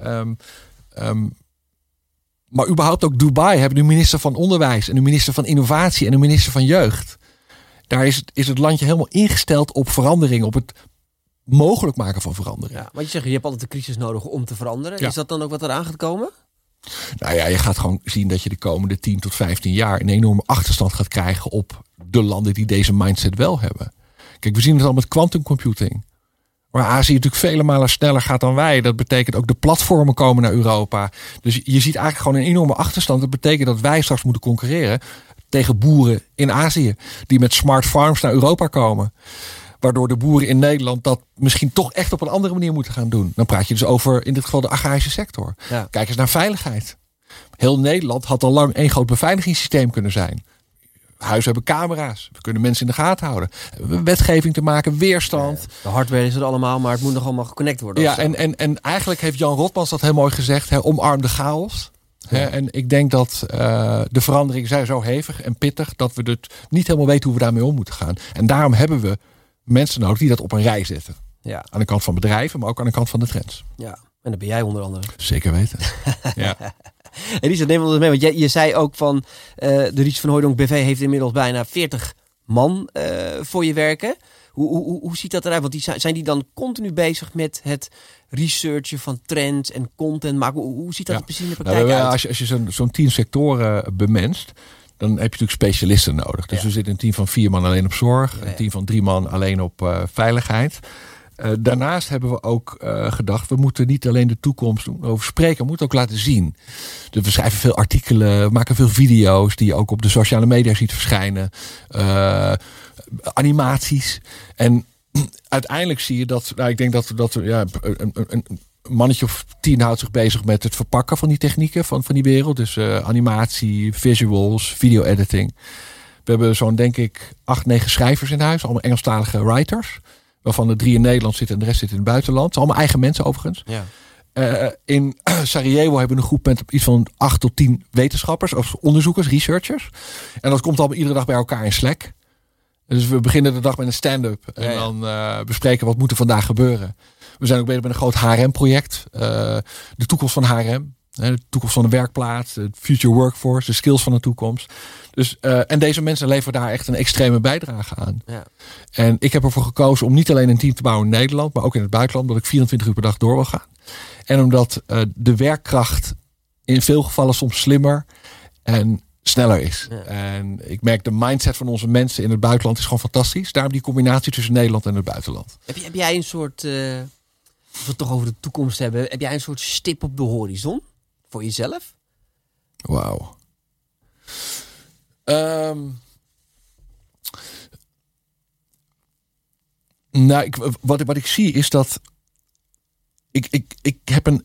maar überhaupt ook Dubai hebben de minister van Onderwijs en de minister van Innovatie en de minister van Jeugd. Daar is het landje helemaal ingesteld op verandering, op het mogelijk maken van verandering. Ja, want je zegt, je hebt altijd de crisis nodig om te veranderen. Ja. Is dat dan ook wat eraan gaat komen? Nou ja, je gaat gewoon zien dat je de komende 10 tot 15 jaar een enorme achterstand gaat krijgen op de landen die deze mindset wel hebben. Kijk, we zien het al met quantum computing. Waar Azië natuurlijk vele malen sneller gaat dan wij. Dat betekent ook de platformen komen naar Europa. Dus je ziet eigenlijk gewoon een enorme achterstand. Dat betekent dat wij straks moeten concurreren tegen boeren in Azië die met smart farms naar Europa komen. Waardoor de boeren in Nederland dat misschien toch echt op een andere manier moeten gaan doen. Dan praat je dus over in dit geval de agrarische sector. Ja. Kijk eens naar veiligheid. Heel Nederland had al lang één groot beveiligingssysteem kunnen zijn. Huizen hebben camera's. We kunnen mensen in de gaten houden. Wetgeving te maken, weerstand. Ja, de hardware is er allemaal, maar het moet nog allemaal geconnect worden. Ja, en eigenlijk heeft Jan Rotmans dat heel mooi gezegd. Omarm de chaos. Ja. En ik denk dat de verandering zijn zo hevig en pittig dat we het niet helemaal weten hoe we daarmee om moeten gaan. En daarom hebben we mensen nodig die dat op een rij zetten. Ja. Aan de kant van bedrijven, maar ook aan de kant van de trends. Ja, en dat ben jij onder andere. Zeker weten. Ja. En Richard, neem ons mee, want je zei ook van de Ries van Hooijdonk BV heeft inmiddels bijna 40 man voor je werken. Hoe ziet dat eruit? Want zijn die dan continu bezig met het researchen van trends en content maken? Hoe ziet dat precies in de praktijk uit? Als je zo'n 10 sectoren bemenst, dan heb je natuurlijk specialisten nodig. Dus we zitten een team van 4 man alleen op zorg. Een team van 3 man alleen op veiligheid. Daarnaast hebben we ook gedacht, we moeten niet alleen de toekomst over spreken, we moeten ook laten zien. Dus we schrijven veel artikelen, we maken veel video's die je ook op de sociale media ziet verschijnen. Animaties. En uiteindelijk zie je dat, ik denk dat een mannetje of 10 houdt zich bezig met het verpakken van die technieken van die wereld. Dus animatie, visuals, video-editing. We hebben zo'n, denk ik, 8-9 schrijvers in huis. Allemaal Engelstalige writers. Waarvan de 3 in Nederland zitten en de rest zit in het buitenland. Het zijn allemaal eigen mensen overigens. Ja. In Sarajevo hebben we een groep met iets van 8 tot 10 wetenschappers. Of onderzoekers, researchers. En dat komt allemaal iedere dag bij elkaar in Slack. Dus we beginnen de dag met een stand-up. En dan bespreken wat moet er vandaag gebeuren. We zijn ook bezig met een groot HRM-project. De toekomst van HRM. De toekomst van de werkplaats. De future workforce. De skills van de toekomst. Dus, en deze mensen leveren daar echt een extreme bijdrage aan. Ja. En ik heb ervoor gekozen om niet alleen een team te bouwen in Nederland. Maar ook in het buitenland. Omdat ik 24 uur per dag door wil gaan. En omdat de werkkracht in veel gevallen soms slimmer en sneller is. Ja. En ik merk de mindset van onze mensen in het buitenland is gewoon fantastisch. Daarom die combinatie tussen Nederland en het buitenland. Heb jij een soort, als we het toch over de toekomst hebben, heb jij een soort stip op de horizon voor jezelf? Wauw. Wat ik zie is dat ik heb een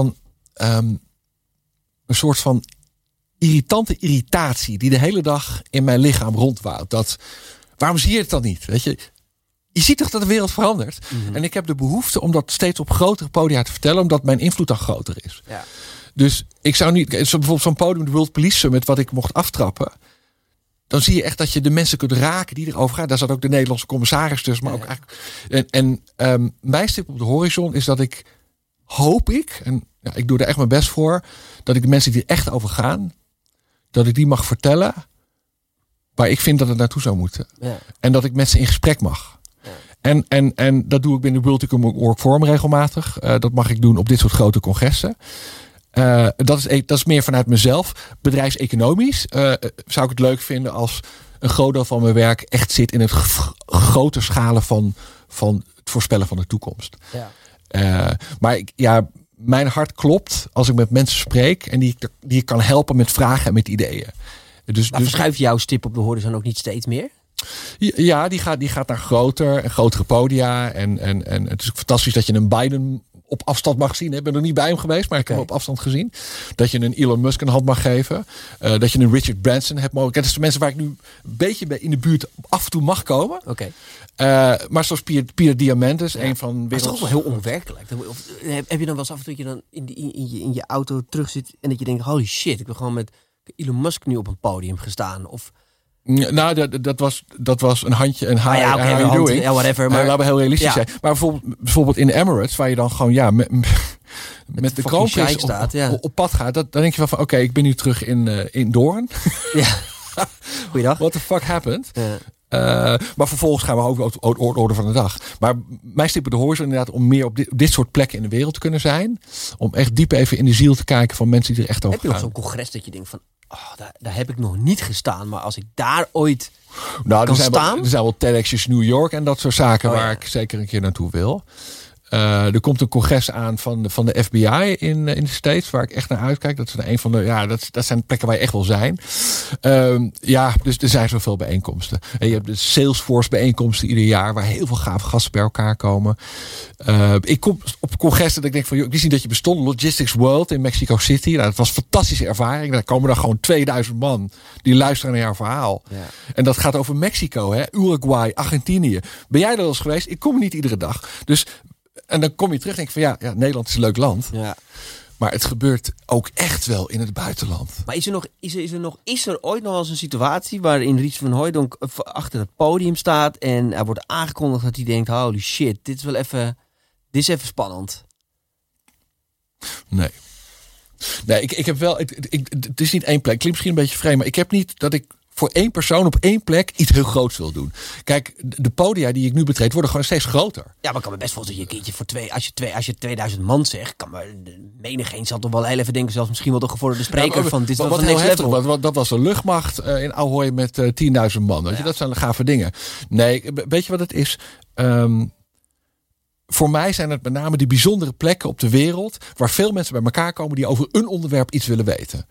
soort van irritante irritatie die de hele dag in mijn lichaam rondwaalt. Waarom zie je het dan niet? Weet je? Je ziet toch dat de wereld verandert? Mm-hmm. En ik heb de behoefte om dat steeds op grotere podia te vertellen, omdat mijn invloed dan groter is. Ja. Dus ik zou niet, bijvoorbeeld zo'n podium, de World Police Summit, wat ik mocht aftrappen. Dan zie je echt dat je de mensen kunt raken die erover gaan. Daar zat ook de Nederlandse commissaris tussen. Maar ook eigenlijk. Mijn stip op de horizon is dat ik hoop en ik doe er echt mijn best voor, dat ik de mensen die er echt over gaan, dat ik die mag vertellen waar ik vind dat het naartoe zou moeten. Ja. En dat ik met ze in gesprek mag. Ja. En dat doe ik binnen World Economic Work Forum regelmatig. Dat mag ik doen op dit soort grote congressen. Dat is meer vanuit mezelf. Bedrijfseconomisch zou ik het leuk vinden als een groot deel van mijn werk echt zit in het grote schalen van het voorspellen van de toekomst. Ja. Maar mijn hart klopt als ik met mensen spreek en die ik kan helpen met vragen en met ideeën. Dus verschuift jouw stip op de horizon ook niet steeds meer? Ja, die gaat naar grotere podia. En het is ook fantastisch dat je een Biden op afstand mag zien. Ik ben er niet bij hem geweest, maar ik heb hem op afstand gezien. Dat je een Elon Musk een hand mag geven. Dat je een Richard Branson hebt mogen. Dat is de mensen waar ik nu een beetje in de buurt af en toe mag komen. Okay. Maar zoals Peter Diamandis, een van werelds... Dat is toch wel heel onwerkelijk. Heb je dan wel eens af en toe dat je dan in je auto terug zit en dat je denkt, holy shit, ik ben gewoon met Elon Musk nu op een podium gestaan? Of... Nou, dat was een handje, een how you doing. Ja, whatever. Maar laten we heel realistisch zijn. Maar bijvoorbeeld in de Emirates, waar je dan gewoon met de kroonprins op pad gaat, dan denk je wel van oké, ik ben nu terug in Doorn. Ja. Goeiedag. What the fuck happened? Ja. Maar vervolgens gaan we ook orde van de dag. Maar mijn stip op de horizon inderdaad om meer op dit soort plekken in de wereld te kunnen zijn. Om echt diep even in de ziel te kijken van mensen die er echt over gaan. Heb je nog zo'n congres dat je denkt van, daar heb ik nog niet gestaan. Maar als ik daar ooit kan staan... Er zijn wel TEDx's New York en dat soort zaken waar ik zeker een keer naartoe wil. Er komt een congres aan van de FBI in de States, waar ik echt naar uitkijk. Dat is een van de, dat zijn plekken waar je echt wil zijn. Dus er zijn zoveel bijeenkomsten. En je hebt de Salesforce bijeenkomsten ieder jaar, waar heel veel gave gasten bij elkaar komen. Ik kom op congressen dat ik denk van, ik wist niet dat je bestond. Logistics World in Mexico City. Nou, dat was een fantastische ervaring. Daar komen dan gewoon 2000 man die luisteren naar jouw verhaal. Ja. En dat gaat over Mexico, hè? Uruguay, Argentinië. Ben jij er wel eens geweest? Ik kom er niet iedere dag. Dus, en dan kom je terug en denk van ja, Nederland is een leuk land. Ja. Maar het gebeurt ook echt wel in het buitenland. Maar is er ooit nog eens een situatie waarin Ries van Hooijdonk achter het podium staat en er wordt aangekondigd dat hij denkt, holy shit, dit is even spannend? Nee, ik heb wel, het is niet één plek. Klinkt misschien een beetje vreemd, maar ik heb niet dat ik voor één persoon op één plek iets heel groots wil doen. Kijk, de podia die ik nu betreed worden gewoon steeds groter. Ja, maar ik kan me best voorstellen dat je een keertje als je 2000 man zegt, kan maar menigeen zal toch wel heel even denken, zelfs misschien wel de gevorderde spreker van dit wat heel heftig. Dat was een luchtmacht in Ahoy met 10.000 man. Weet je? Dat zijn gave dingen. Nee, weet je wat het is? Voor mij zijn het met name die bijzondere plekken op de wereld waar veel mensen bij elkaar komen die over een onderwerp iets willen weten.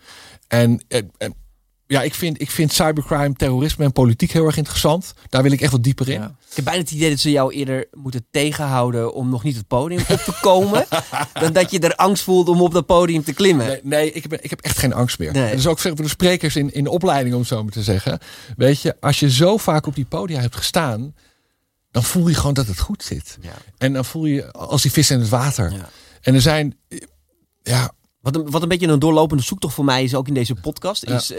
Ja, ik vind cybercrime, terrorisme en politiek heel erg interessant. Daar wil ik echt wat dieper in. Ja. Ik heb bijna het idee dat ze jou eerder moeten tegenhouden om nog niet het podium op te komen, dan dat je er angst voelt om op dat podium te klimmen. Nee, ik heb echt geen angst meer. Nee. Dat is ook veel voor de sprekers in de opleiding, om het zo maar te zeggen. Weet je, als je zo vaak op die podia hebt gestaan, dan voel je gewoon dat het goed zit. Ja. En dan voel je als die vis in het water. Ja. En er zijn... Ja. Wat een beetje een doorlopende zoektocht voor mij is, ook in deze podcast, is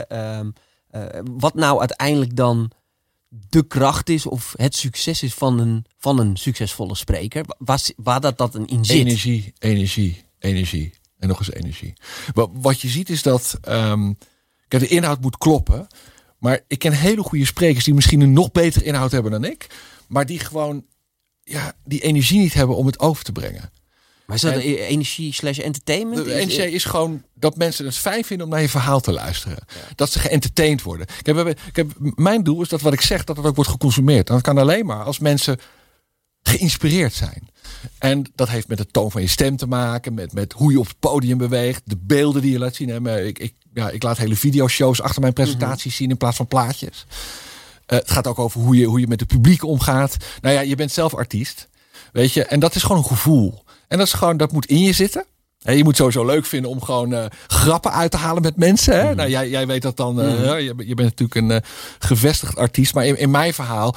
wat nou uiteindelijk dan de kracht is of het succes is van een succesvolle spreker. Waar dat in zit. Energie. En nog eens energie. Wat je ziet is dat de inhoud moet kloppen. Maar ik ken hele goede sprekers die misschien een nog betere inhoud hebben dan ik. Maar die gewoon die energie niet hebben om het over te brengen. Maar is dat energie/entertainment? De energie is gewoon dat mensen het fijn vinden om naar je verhaal te luisteren. Ja. Dat ze geëntertained worden. Mijn doel is dat wat ik zeg, dat het ook wordt geconsumeerd. En dat kan alleen maar als mensen geïnspireerd zijn. En dat heeft met de toon van je stem te maken. Met hoe je op het podium beweegt. De beelden die je laat zien. Ik laat hele videoshows achter mijn presentaties zien in plaats van plaatjes. Het gaat ook over hoe je met het publiek omgaat. Nou ja, je bent zelf artiest. Weet je, en dat is gewoon een gevoel. En dat moet in je zitten. En je moet sowieso leuk vinden om gewoon grappen uit te halen met mensen. Hè? Nou, jij weet dat dan. Je bent natuurlijk een gevestigd artiest. Maar in mijn verhaal,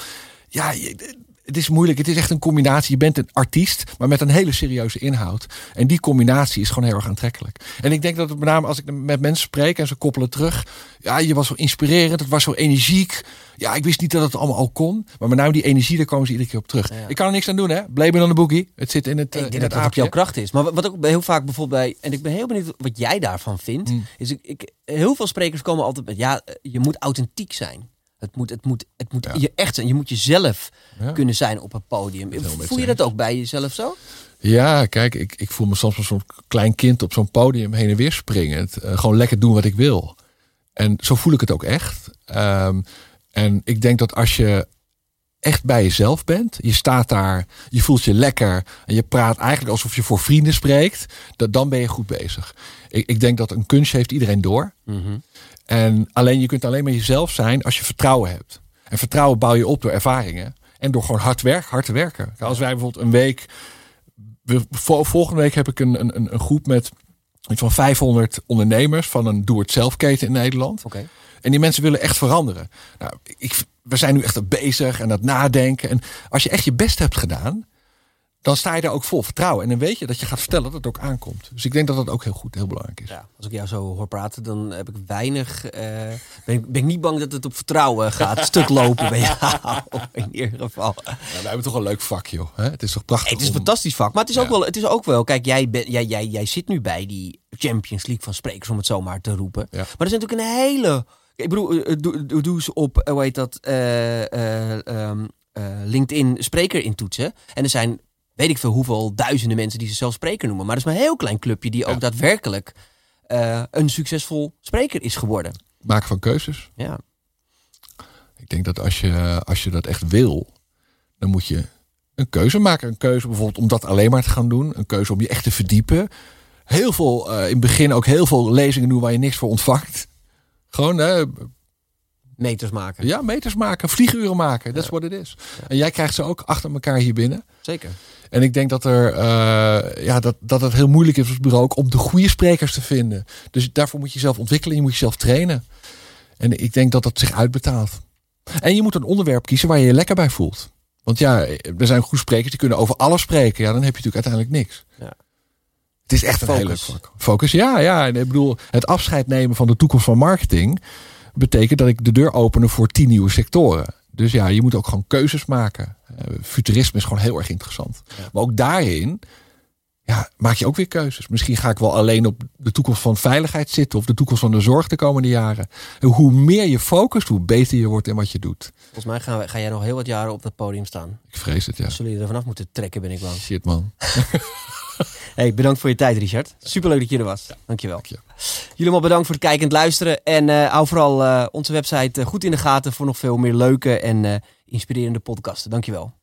het is moeilijk. Het is echt een combinatie. Je bent een artiest, maar met een hele serieuze inhoud. En die combinatie is gewoon heel erg aantrekkelijk. En ik denk dat het met name als ik met mensen spreek en ze koppelen terug. Ja, je was zo inspirerend. Het was zo energiek. Ja, ik wist niet dat het allemaal al kon. Maar met name die energie, daar komen ze iedere keer op terug. Ja. Ik kan er niks aan doen, hè. Blame on the boogie. Het zit in het ik denk dat het jouw kracht is. Maar wat ook heel vaak bijvoorbeeld bij... En ik ben heel benieuwd wat jij daarvan vindt. Is heel veel sprekers komen altijd met... Ja, je moet authentiek zijn. Het moet je echt zijn. Je moet jezelf kunnen zijn op het podium. Voel je dat ook bij jezelf zo? Ja, kijk, ik voel me soms als zo'n klein kind op zo'n podium heen en weer springend. Gewoon lekker doen wat ik wil. En zo voel ik het ook echt. En ik denk dat als je echt bij jezelf bent, je staat daar, je voelt je lekker en je praat eigenlijk alsof je voor vrienden spreekt, dan ben je goed bezig. Ik denk dat een kunstje heeft iedereen door. Mm-hmm. En je kunt alleen maar jezelf zijn als je vertrouwen hebt. En vertrouwen bouw je op door ervaringen en door gewoon hard te werken. Als wij bijvoorbeeld een week, volgende week heb ik een groep met iets van 500 ondernemers van een doe-het-zelf keten in Nederland. Okay. En die mensen willen echt veranderen. Nou, we zijn nu echt bezig en aan het nadenken. En als je echt je best hebt gedaan, dan sta je daar ook vol vertrouwen. En dan weet je dat je gaat vertellen dat het ook aankomt. Dus ik denk dat dat ook heel belangrijk is. Ja, als ik jou zo hoor praten, dan heb ik weinig... ben ik niet bang dat het op vertrouwen gaat stuk lopen bij jou. In ieder geval. Nou, we hebben toch een leuk vak, joh. Het is toch prachtig. Het is een fantastisch vak. Maar het is ook wel... Kijk, jij zit nu bij die Champions League van sprekers, om het zo maar te roepen. Ja. Maar er is natuurlijk een hele... Ik bedoel, doe eens op, hoe heet dat, LinkedIn spreker intoetsen. En er zijn, weet ik veel hoeveel duizenden mensen die zichzelf spreker noemen. Maar er is maar een heel klein clubje die ook daadwerkelijk een succesvol spreker is geworden. Maken van keuzes. Ja. Ik denk dat als je dat echt wil, dan moet je een keuze maken. Een keuze bijvoorbeeld om dat alleen maar te gaan doen. Een keuze om je echt te verdiepen. Heel veel, in het begin ook heel veel lezingen doen waar je niks voor ontvangt. Gewoon meters maken. Ja, meters maken, vlieguren maken. Dat is what it is. Ja. En jij krijgt ze ook achter elkaar hier binnen. Zeker. En ik denk dat dat het heel moeilijk is op het bureau ook om de goede sprekers te vinden. Dus daarvoor moet je jezelf ontwikkelen. Je moet jezelf trainen. En ik denk dat dat zich uitbetaalt. En je moet een onderwerp kiezen waar je je lekker bij voelt. Want ja, er zijn goede sprekers die kunnen over alles spreken. Ja, dan heb je natuurlijk uiteindelijk niks. Ja. Het is echt een hele focus. Ja. En ik bedoel, het afscheid nemen van de toekomst van marketing betekent dat ik de deur openen voor 10 nieuwe sectoren. Dus ja, je moet ook gewoon keuzes maken. Futurisme is gewoon heel erg interessant. Ja. Maar ook daarin maak je ook weer keuzes. Misschien ga ik wel alleen op de toekomst van veiligheid zitten of de toekomst van de zorg de komende jaren. En hoe meer je focust, hoe beter je wordt in wat je doet. Volgens mij ga jij nog heel wat jaren op dat podium staan. Ik vrees het, ja. Zullen je er vanaf moeten trekken, ben ik bang. Shit, man. Hey, bedankt voor je tijd, Richard. Superleuk dat je er was. Dankjewel. Jullie allemaal bedankt voor het kijken en het luisteren. En hou vooral onze website goed in de gaten voor nog veel meer leuke en inspirerende podcasten. Dankjewel.